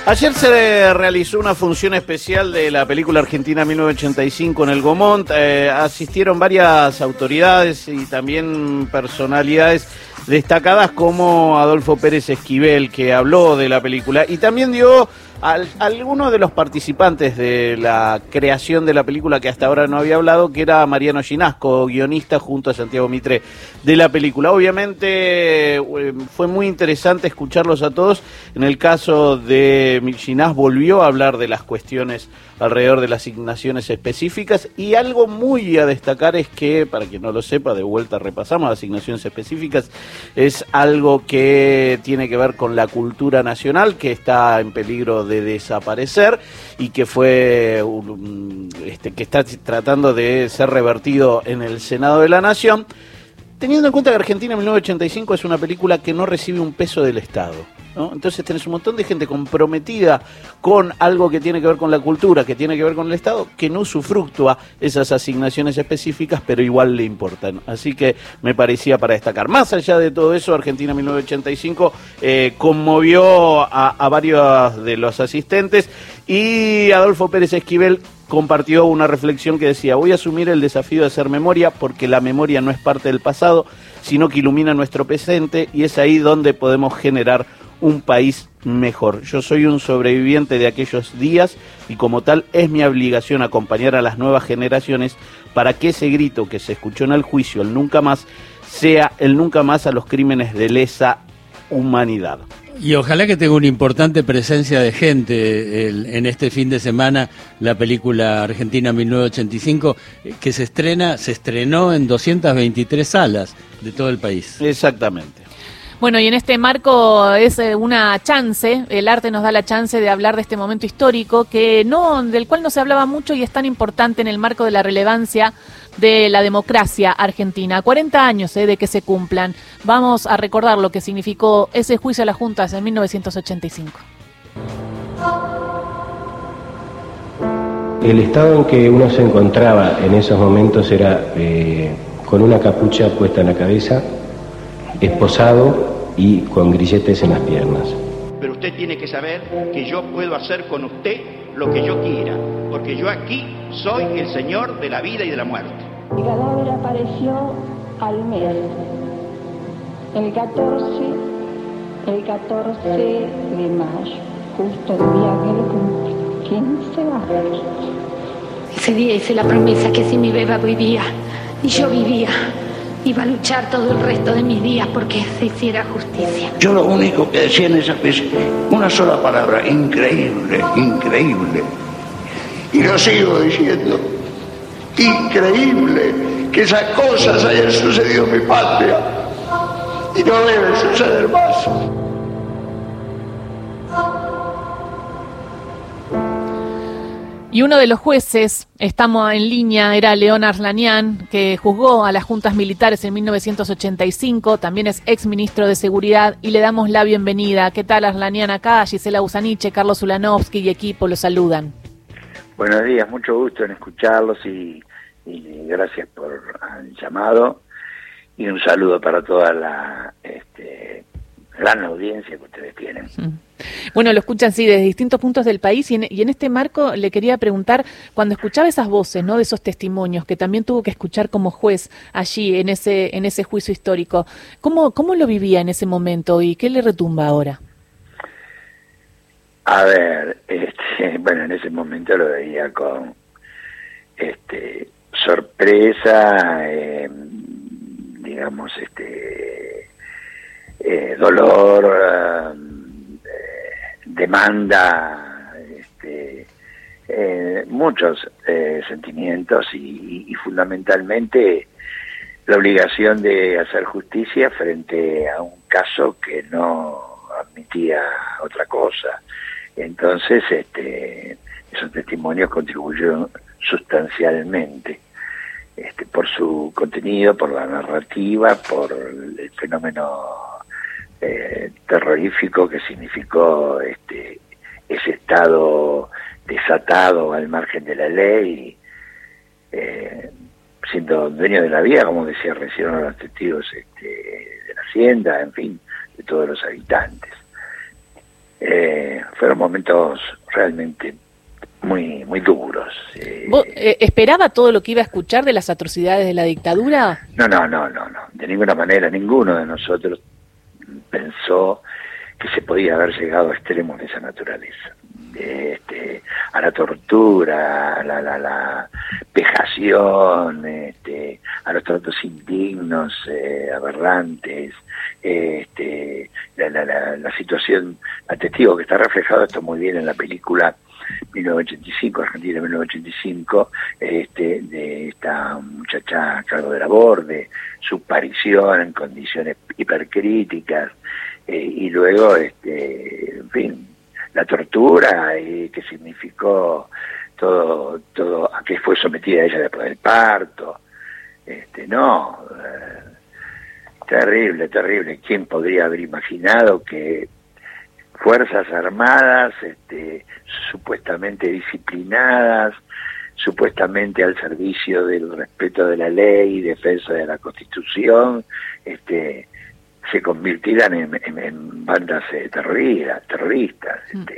Ayer se realizó una función especial de la película Argentina 1985 en el Gaumont. Asistieron varias autoridades y también personalidades destacadas como Adolfo Pérez Esquivel, que habló de la película y también dio a algunos de los participantes de la creación de la película que hasta ahora no había hablado, que era Mariano Ginasco, guionista junto a Santiago Mitre de la película. Obviamente fue muy interesante escucharlos a todos. En el caso de Ginás volvió a hablar de las cuestiones alrededor de las asignaciones específicas, y algo muy a destacar es que, para quien no lo sepa, de vuelta repasamos, las asignaciones específicas es algo que tiene que ver con la cultura nacional, que está en peligro de desaparecer y que fue que está tratando de ser revertido en el Senado de la Nación, teniendo en cuenta que Argentina 1985 es una película que no recibe un peso del Estado, ¿no? Entonces tenés un montón de gente comprometida con algo que tiene que ver con la cultura, que tiene que ver con el Estado, que no usufructúa esas asignaciones específicas, pero igual le importan. Así que me parecía para destacar. Más allá de todo eso, Argentina 1985 conmovió a varios de los asistentes, y Adolfo Pérez Esquivel compartió una reflexión que decía: voy a asumir el desafío de hacer memoria, porque la memoria no es parte del pasado, sino que ilumina nuestro presente, y es ahí donde podemos generar un país mejor. Yo soy un sobreviviente de aquellos días y como tal es mi obligación acompañar a las nuevas generaciones para que ese grito que se escuchó en el juicio, el nunca más, sea el nunca más a los crímenes de lesa humanidad. Y ojalá que tenga una importante presencia de gente en este fin de semana la película Argentina 1985, que se estrenó en 223 salas de todo el país. Exactamente. Bueno, y en este marco es una chance, el arte nos da la chance de hablar de este momento histórico del cual no se hablaba mucho y es tan importante en el marco de la relevancia de la democracia argentina. 40 años de que se cumplan. Vamos a recordar lo que significó ese juicio a las juntas en 1985. El estado en que uno se encontraba en esos momentos era con una capucha puesta en la cabeza, esposado y con grilletes en las piernas. Pero usted tiene que saber que yo puedo hacer con usted lo que yo quiera, porque yo aquí soy el señor de la vida y de la muerte. El cadáver apareció al mes, el 14 de mayo, justo el día que le cumplí 15 años. Ese día hice la promesa que si mi beba vivía y yo vivía, iba a luchar todo el resto de mis días porque se hiciera justicia. Yo lo único que decía en esa vez, una sola palabra: increíble, increíble. Y lo sigo diciendo: increíble que esas cosas hayan sucedido en mi patria y no deben suceder más. Y uno de los jueces, estamos en línea, era León Arslanian, que juzgó a las juntas militares en 1985, también es exministro de Seguridad, y le damos la bienvenida. ¿Qué tal, Arslanian? Acá Gisela Usaniche, Carlos Ulanovsky y equipo los saludan. Buenos días, mucho gusto en escucharlos y gracias por el llamado, y un saludo para toda la gran audiencia que ustedes tienen. Bueno, lo escuchan sí desde distintos puntos del país y en este marco le quería preguntar, cuando escuchaba esas voces, ¿no?, de esos testimonios que también tuvo que escuchar como juez allí en ese juicio histórico, ¿cómo lo vivía en ese momento y qué le retumba ahora? A ver, bueno, en ese momento lo veía con sorpresa, digamos, dolor, demanda, muchos sentimientos y fundamentalmente la obligación de hacer justicia frente a un caso que no admitía otra cosa. Entonces, esos testimonios contribuyeron sustancialmente por su contenido, por la narrativa, por el fenómeno terrorífico que significó ese estado desatado al margen de la ley, siendo dueño de la vida, como decía recién uno de los testigos de la hacienda, en fin, de todos los habitantes. Fueron momentos realmente muy muy duros. ¿Vos esperaba todo lo que iba a escuchar de las atrocidades de la dictadura? No, de ninguna manera, ninguno de nosotros pensó que se podía haber llegado a extremos de esa naturaleza, a la tortura, a la vejación, a los tratos indignos, aberrantes, la situación, atestigo que está reflejado esto muy bien en la película 1985, Argentina 1985, de esta muchacha a cargo de Laborde, su aparición en condiciones hipercríticas, y luego, en fin, la tortura que significó todo a que fue sometida ella después del parto. Terrible. ¿Quién podría haber imaginado que Fuerzas Armadas, supuestamente disciplinadas, supuestamente al servicio del respeto de la ley y defensa de la Constitución, se convirtieran en bandas terroristas.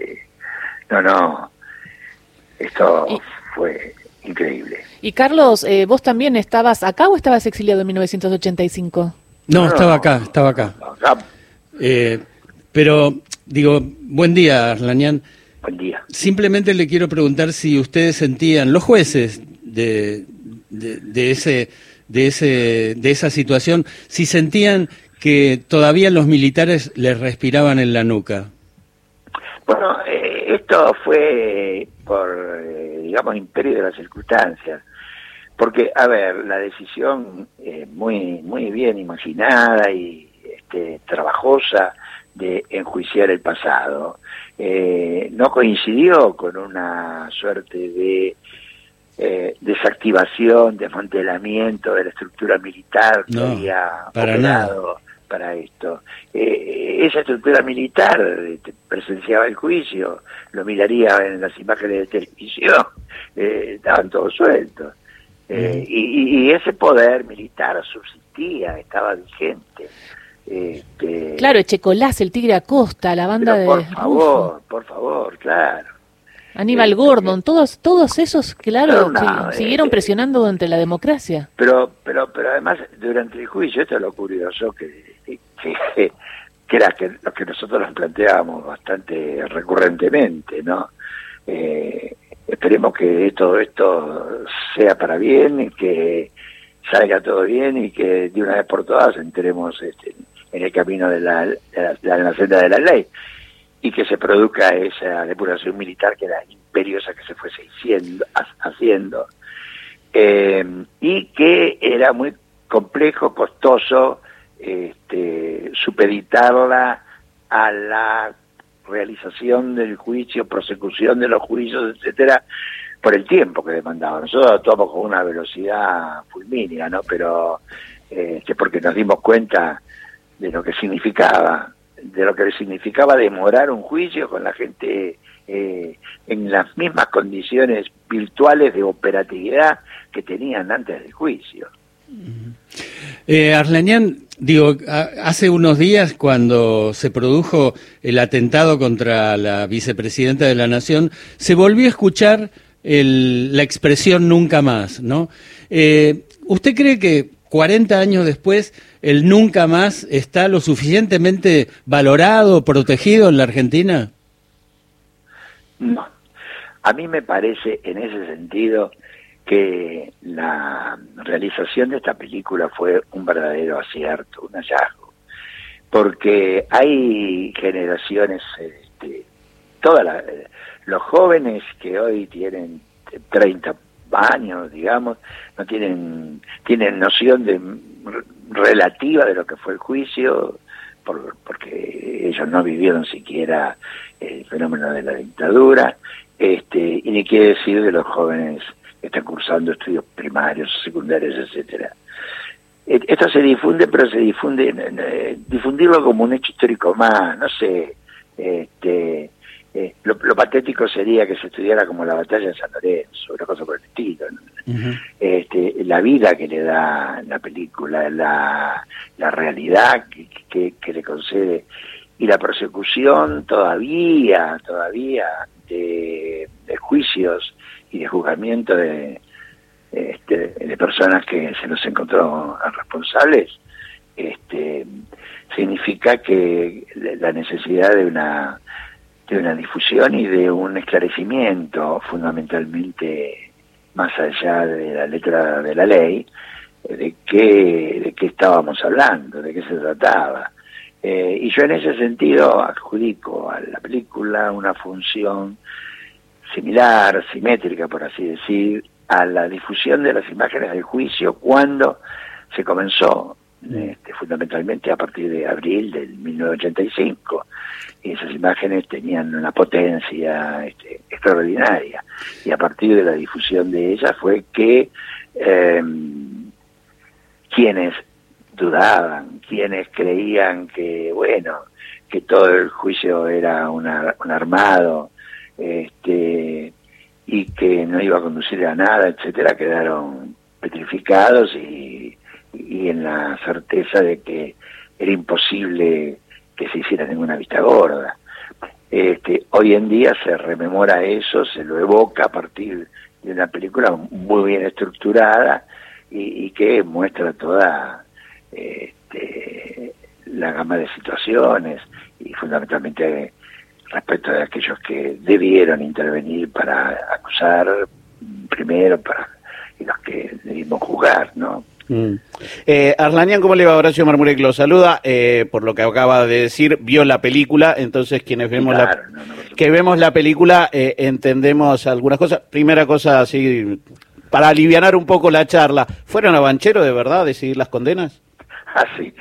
Esto fue increíble. Y Carlos, ¿vos también estabas acá o estabas exiliado en 1985? No, estaba acá. Pero, digo, buen día, Arlanian. Buen día. Simplemente le quiero preguntar si ustedes sentían, los jueces de esa situación, si sentían que todavía los militares les respiraban en la nuca. Bueno, esto fue por, imperio de las circunstancias. Porque, a ver, la decisión muy bien imaginada y trabajosa de enjuiciar el pasado no coincidió con una suerte de desactivación, desmantelamiento de la estructura militar que había operado para esto. Esa estructura militar presenciaba el juicio, lo miraría en las imágenes de televisión, estaban todos sueltos. Y ese poder militar subsistía, estaba vigente. Claro, Echecolás, el Tigre Acosta, la banda de por favor, claro. Aníbal Gordon, todos esos, claro, siguieron presionando durante la democracia. Pero además, durante el juicio, esto es lo curioso, que era lo que nosotros nos planteábamos bastante recurrentemente, ¿no? Esperemos que todo esto sea para bien y que salga todo bien y que de una vez por todas entremos en el camino de la senda de la ley y que se produzca esa depuración militar que era imperiosa que se fuese haciendo y que era muy complejo, costoso supeditarla a la realización del juicio, prosecución de los juicios, etcétera, por el tiempo que demandaba. Nosotros actuamos con una velocidad fulmínea, ¿no? Pero porque nos dimos cuenta de lo que significaba demorar un juicio con la gente en las mismas condiciones virtuales de operatividad que tenían antes del juicio. Arlanian, digo, hace unos días cuando se produjo el atentado contra la vicepresidenta de la Nación, se volvió a escuchar la expresión nunca más, ¿no? ¿Usted cree que 40 años después el nunca más está lo suficientemente valorado, protegido en la Argentina? No. A mí me parece en ese sentido que la realización de esta película fue un verdadero acierto, un hallazgo, porque hay generaciones, los jóvenes que hoy tienen 30 años, digamos, no tienen noción relativa de lo que fue el juicio, porque ellos no vivieron siquiera el fenómeno de la dictadura, y ni quiere decir de los jóvenes que están cursando estudios primarios, secundarios, etcétera. Esto se difunde, pero se difundirlo como un hecho histórico más, no sé, lo patético sería que se estudiara como la batalla de San Lorenzo, una cosa por el estilo, ¿no? Uh-huh. La vida que le da la película, la realidad que le concede, y la persecución todavía de juicios y de juzgamiento de personas que se los encontró responsables, significa que la necesidad de una difusión y de un esclarecimiento, fundamentalmente más allá de la letra de la ley, de qué estábamos hablando, de qué se trataba. Y yo en ese sentido adjudico a la película una función similar, simétrica, por así decir, a la difusión de las imágenes del juicio cuando se comenzó, fundamentalmente a partir de abril del 1985. Y esas imágenes tenían una potencia extraordinaria. Y a partir de la difusión de ellas fue que quienes dudaban, quienes creían que, bueno, que todo el juicio era un armado, y que no iba a conducir a nada, etcétera, quedaron petrificados y en la certeza de que era imposible que se hiciera ninguna vista gorda. Hoy en día se rememora eso, se lo evoca a partir de una película muy bien estructurada y que muestra toda la gama de situaciones y fundamentalmente respecto de aquellos que debieron intervenir para acusar primero y los que debimos juzgar, ¿no? Arlanian, ¿cómo le va? Horacio Marmurek lo saluda. Por lo que acaba de decir, vio la película, entonces quienes vemos vemos la película entendemos algunas cosas. Primera cosa, así, para alivianar un poco la charla, ¿fueron a Banchero de verdad decidir las condenas? Ah, sí.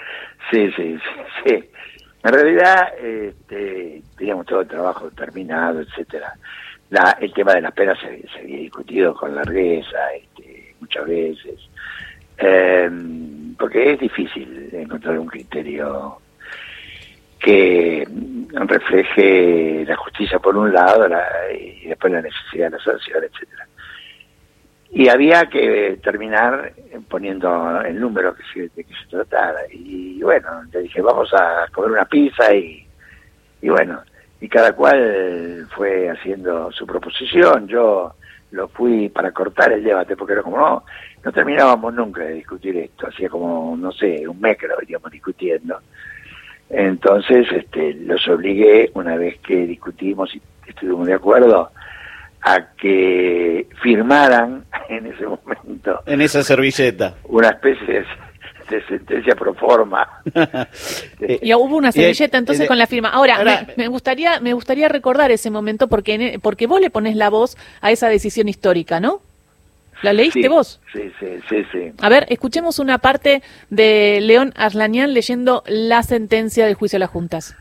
En realidad, teníamos todo el trabajo terminado, etcétera. El tema de las penas se había discutido con largueza, muchas veces. Porque es difícil encontrar un criterio que refleje la justicia por un lado y después la necesidad de la sanción, etcétera. Y había que terminar poniendo el número de que se tratara. Y bueno, le dije, vamos a comer una pizza y bueno, y cada cual fue haciendo su proposición. Yo lo fui para cortar el debate, porque era como, no terminábamos nunca de discutir esto, hacía como, no sé, un mes que lo veníamos discutiendo. Entonces, los obligué, una vez que discutimos y estuvimos de acuerdo, a que firmaran en ese momento, en esa servilleta, una especie de sentencia pro forma. Y hubo una servilleta entonces con la firma. Ahora me gustaría recordar ese momento porque vos le ponés la voz a esa decisión histórica, ¿no? ¿La leíste vos? Sí. A ver, escuchemos una parte de León Arlanian leyendo la sentencia del juicio de las juntas.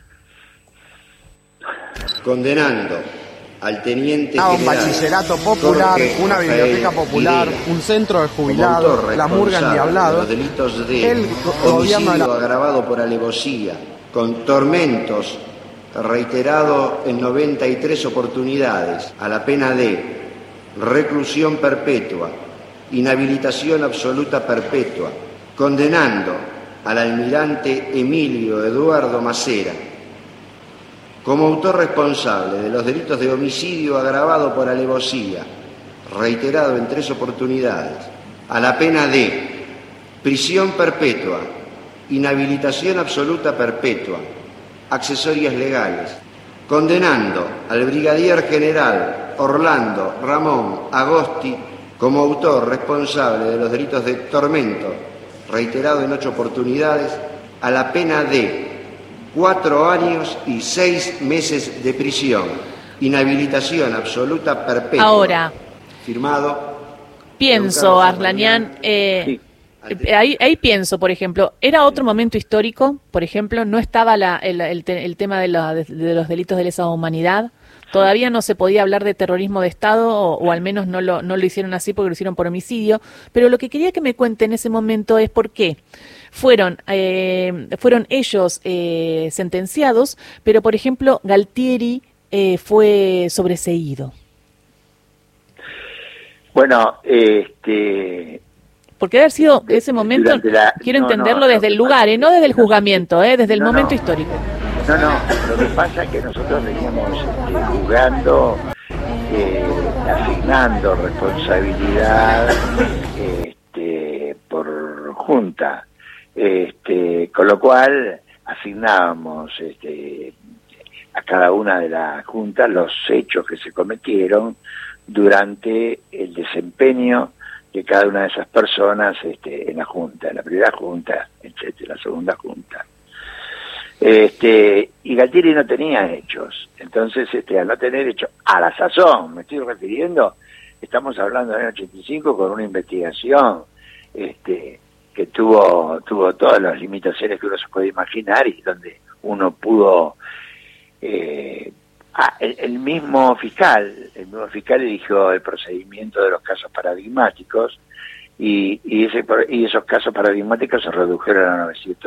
Condenando al teniente general, un bachillerato popular, Jorge una biblioteca popular, un centro de jubilados, la murga endiablada, los delitos de homicidio agravado por alevosía, con tormentos reiterado en 93 oportunidades, a la pena de reclusión perpetua, inhabilitación absoluta perpetua, condenando al almirante Emilio Eduardo Macera como autor responsable de los delitos de homicidio agravado por alevosía, reiterado en 3 oportunidades, a la pena de prisión perpetua, inhabilitación absoluta perpetua, accesorias legales, condenando al brigadier general Orlando Ramón Agosti como autor responsable de los delitos de tormento, reiterado en 8 oportunidades, a la pena de 4 años y 6 meses de prisión, inhabilitación absoluta perpetua. Ahora, firmado. Pienso, Arlanian, ahí pienso, por ejemplo, era otro momento histórico, por ejemplo, no estaba el tema de los delitos de lesa humanidad. Todavía no se podía hablar de terrorismo de Estado, o al menos no lo hicieron así porque lo hicieron por homicidio. Pero lo que quería que me cuente en ese momento es por qué fueron ellos sentenciados, pero por ejemplo Galtieri fue sobreseído. Bueno, porque debe haber sido ese momento, quiero entenderlo desde el lugar, no desde el juzgamiento, desde el momento histórico. No, lo que pasa es que nosotros veníamos jugando, asignando responsabilidad por junta, con lo cual asignábamos a cada una de las juntas los hechos que se cometieron durante el desempeño de cada una de esas personas en la junta, en la primera junta, etcétera, la segunda junta. Y Galtieri no tenía hechos, entonces al no tener hechos, a la sazón, me estoy refiriendo, estamos hablando del año 85 con una investigación que tuvo todas las limitaciones que uno se puede imaginar y donde uno pudo el mismo fiscal eligió el procedimiento de los casos paradigmáticos y esos casos paradigmáticos se redujeron a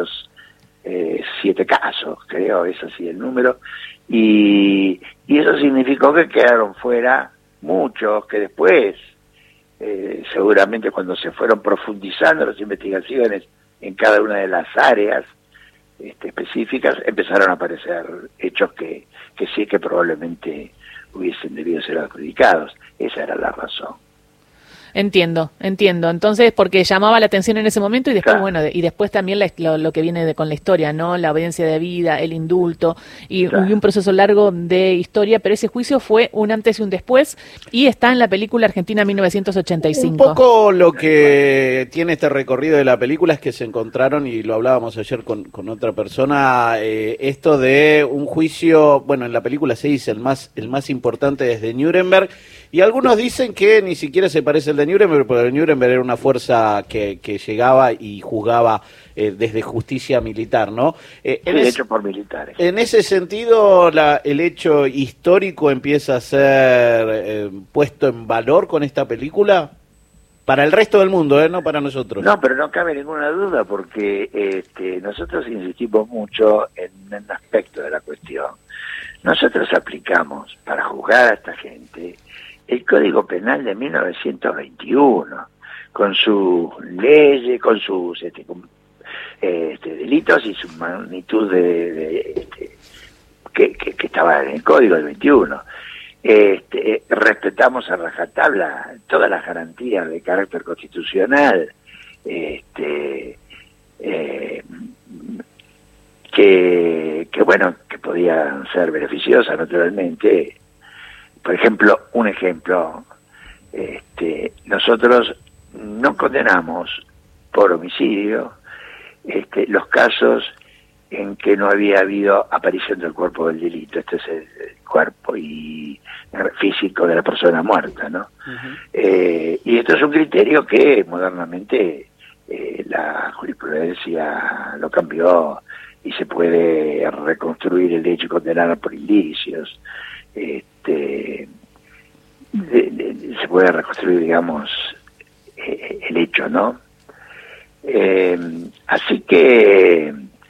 907 casos, creo, es así el número, y eso significó que quedaron fuera muchos que después, seguramente cuando se fueron profundizando las investigaciones en cada una de las áreas específicas, empezaron a aparecer hechos que sí que probablemente hubiesen debido ser adjudicados. Esa era la razón. Entiendo. Entonces, porque llamaba la atención en ese momento y después, claro. Y después también lo que viene con la historia, ¿no? La obediencia de vida, el indulto y un proceso largo de historia, pero ese juicio fue un antes y un después y está en la película Argentina 1985. Un poco lo que tiene este recorrido de la película es que se encontraron, y lo hablábamos ayer con otra persona, esto de un juicio, bueno, en la película se dice el más importante desde Nuremberg, y algunos dicen que ni siquiera se parece al de Nuremberg, porque el Nuremberg era una fuerza que llegaba y juzgaba desde justicia militar, ¿no? Hecho por militares. En ese sentido, el hecho histórico empieza a ser puesto en valor con esta película para el resto del mundo, no para nosotros. No, pero no cabe ninguna duda, porque nosotros insistimos mucho en un aspecto de la cuestión. Nosotros aplicamos para juzgar a esta gente el Código Penal de 1921, con sus leyes, con sus delitos y su magnitud que estaba en el Código del 21. Respetamos a rajatabla todas las garantías de carácter constitucional, que podían ser beneficiosas, naturalmente. Por ejemplo, nosotros no condenamos por homicidio los casos en que no había habido aparición del cuerpo del delito. Este es el cuerpo físico de la persona muerta, ¿no? Y esto es un criterio que modernamente la jurisprudencia lo cambió y se puede reconstruir el hecho y condenar por indicios. Se puede reconstruir, digamos, el hecho, ¿no? Así que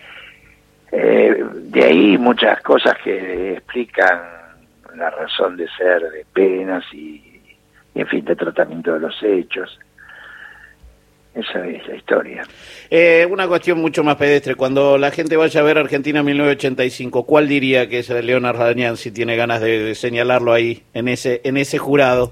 de ahí muchas cosas que explican la razón de ser de penas y en fin, de tratamiento de los hechos. Esa es la historia. Una cuestión mucho más pedestre. Cuando la gente vaya a ver Argentina 1985, ¿cuál diría que es Leonard Radañán, si tiene ganas de señalarlo ahí, en ese jurado?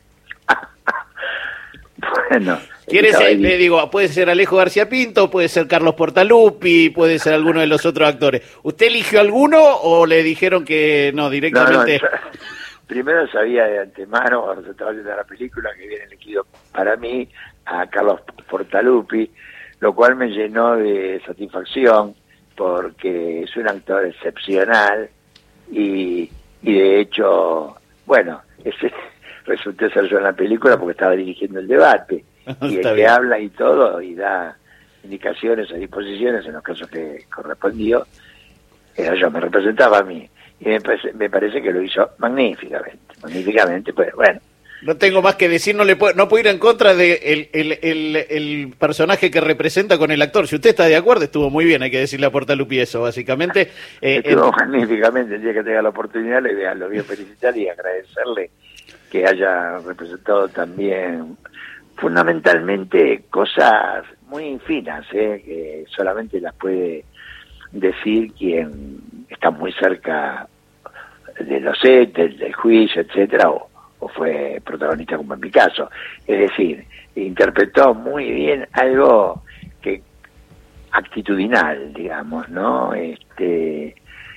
Bueno. Puede ser Alejo García Pinto, puede ser Carlos Portaluppi, puede ser alguno de los otros actores. ¿Usted eligió alguno o le dijeron que no, directamente? No, primero sabía de antemano, cuando se estaba viendo la película, que habían elegido para mí a Carlos Portaluppi, lo cual me llenó de satisfacción, porque es un actor excepcional y de hecho, bueno, resulté ser yo en la película porque estaba dirigiendo el debate, y el que habla y todo, y da indicaciones o disposiciones en los casos que correspondió, era yo, me representaba a mí, y me parece que lo hizo magníficamente, pues bueno. No tengo más que decir, no puedo ir en contra de el personaje que representa con el actor. Si usted está de acuerdo, estuvo muy bien, hay que decirle a Portaluppi eso, básicamente. Estuvo magníficamente, el día que tenga la oportunidad lo voy a felicitar y agradecerle que haya representado también fundamentalmente cosas muy finas, que solamente las puede decir quien está muy cerca de los hechos, del juicio, etcétera, o fue protagonista como en mi caso. Es decir, interpretó muy bien algo que actitudinal, digamos, ¿no? De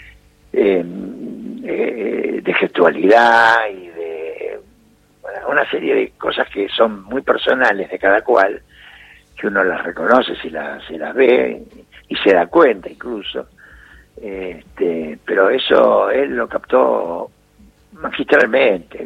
gestualidad y de una serie de cosas que son muy personales de cada cual, que uno las reconoce si las ve y se da cuenta incluso. Pero eso él lo captó magistralmente.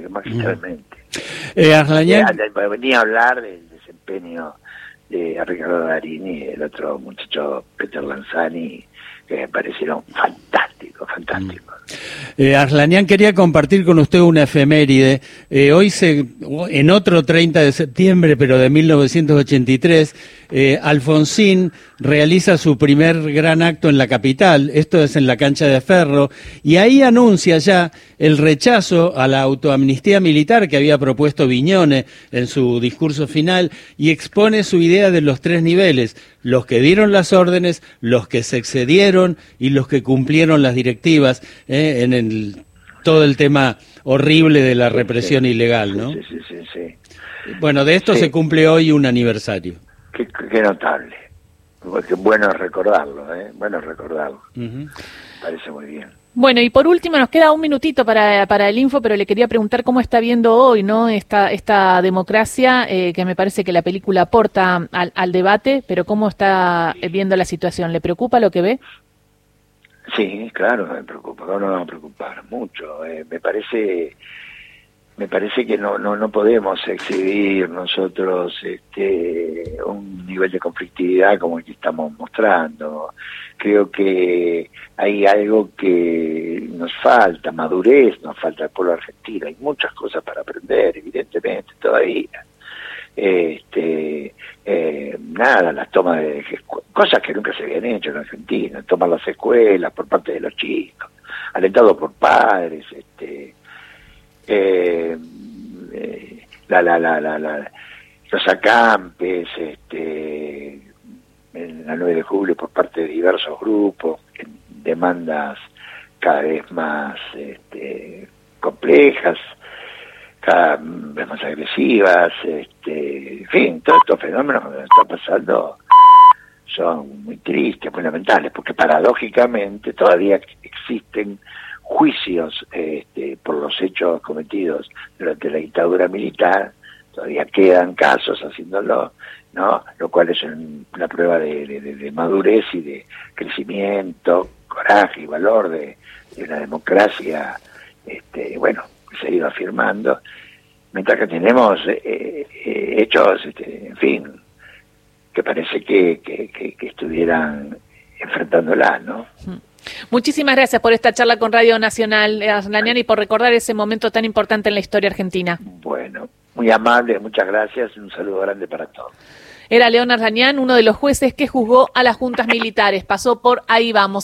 Venía a hablar del desempeño de Ricardo Darín y el otro muchacho Peter Lanzani, que me parecieron fantásticos. Arslanian, quería compartir con usted una efeméride. Hoy en otro 30 de septiembre, pero de 1983, Alfonsín realiza su primer gran acto en la capital, esto es en la cancha de Ferro, y ahí anuncia ya el rechazo a la autoamnistía militar que había propuesto Viñone en su discurso final, y expone su idea de los 3 niveles, los que dieron las órdenes, los que se excedieron y los que cumplieron las directivas, en todo el tema horrible de la represión ilegal, ¿no? Sí. Bueno, de esto se cumple hoy un aniversario. Qué notable. Qué bueno recordarlo, Bueno recordarlo. Parece muy bien. Bueno, y por último, nos queda un minutito para el info, pero le quería preguntar cómo está viendo hoy, ¿no? Esta democracia, que me parece que la película aporta al debate, pero cómo está viendo la situación. ¿Le preocupa lo que ve? Sí, claro, me preocupa. No va a preocupar mucho. Me parece que no podemos exhibir nosotros un nivel de conflictividad como el que estamos mostrando. Creo que hay algo que nos falta, madurez, nos falta al pueblo argentino. Hay muchas cosas para aprender, evidentemente, todavía. Las tomas de cosas que nunca se habían hecho en Argentina, tomar las escuelas por parte de los chicos, alentados por padres, los acampes, en la 9 de julio por parte de diversos grupos, demandas cada vez más complejas, cada vez más agresivas, en fin, todos estos fenómenos que están pasando son muy tristes, muy lamentables, porque paradójicamente todavía existen juicios por los hechos cometidos durante la dictadura militar, todavía quedan casos haciéndolo, ¿no? Lo cual es una prueba de madurez y de crecimiento, coraje y valor de una democracia, que se ha ido afirmando, mientras que tenemos hechos, en fin, que parece que estuvieran enfrentándola, ¿no? Muchísimas gracias por esta charla con Radio Nacional, Arslanian, y por recordar ese momento tan importante en la historia argentina. Bueno, muy amable, muchas gracias y un saludo grande para todos. Era León Arslanian, uno de los jueces que juzgó a las juntas militares. Pasó por Ahí Vamos.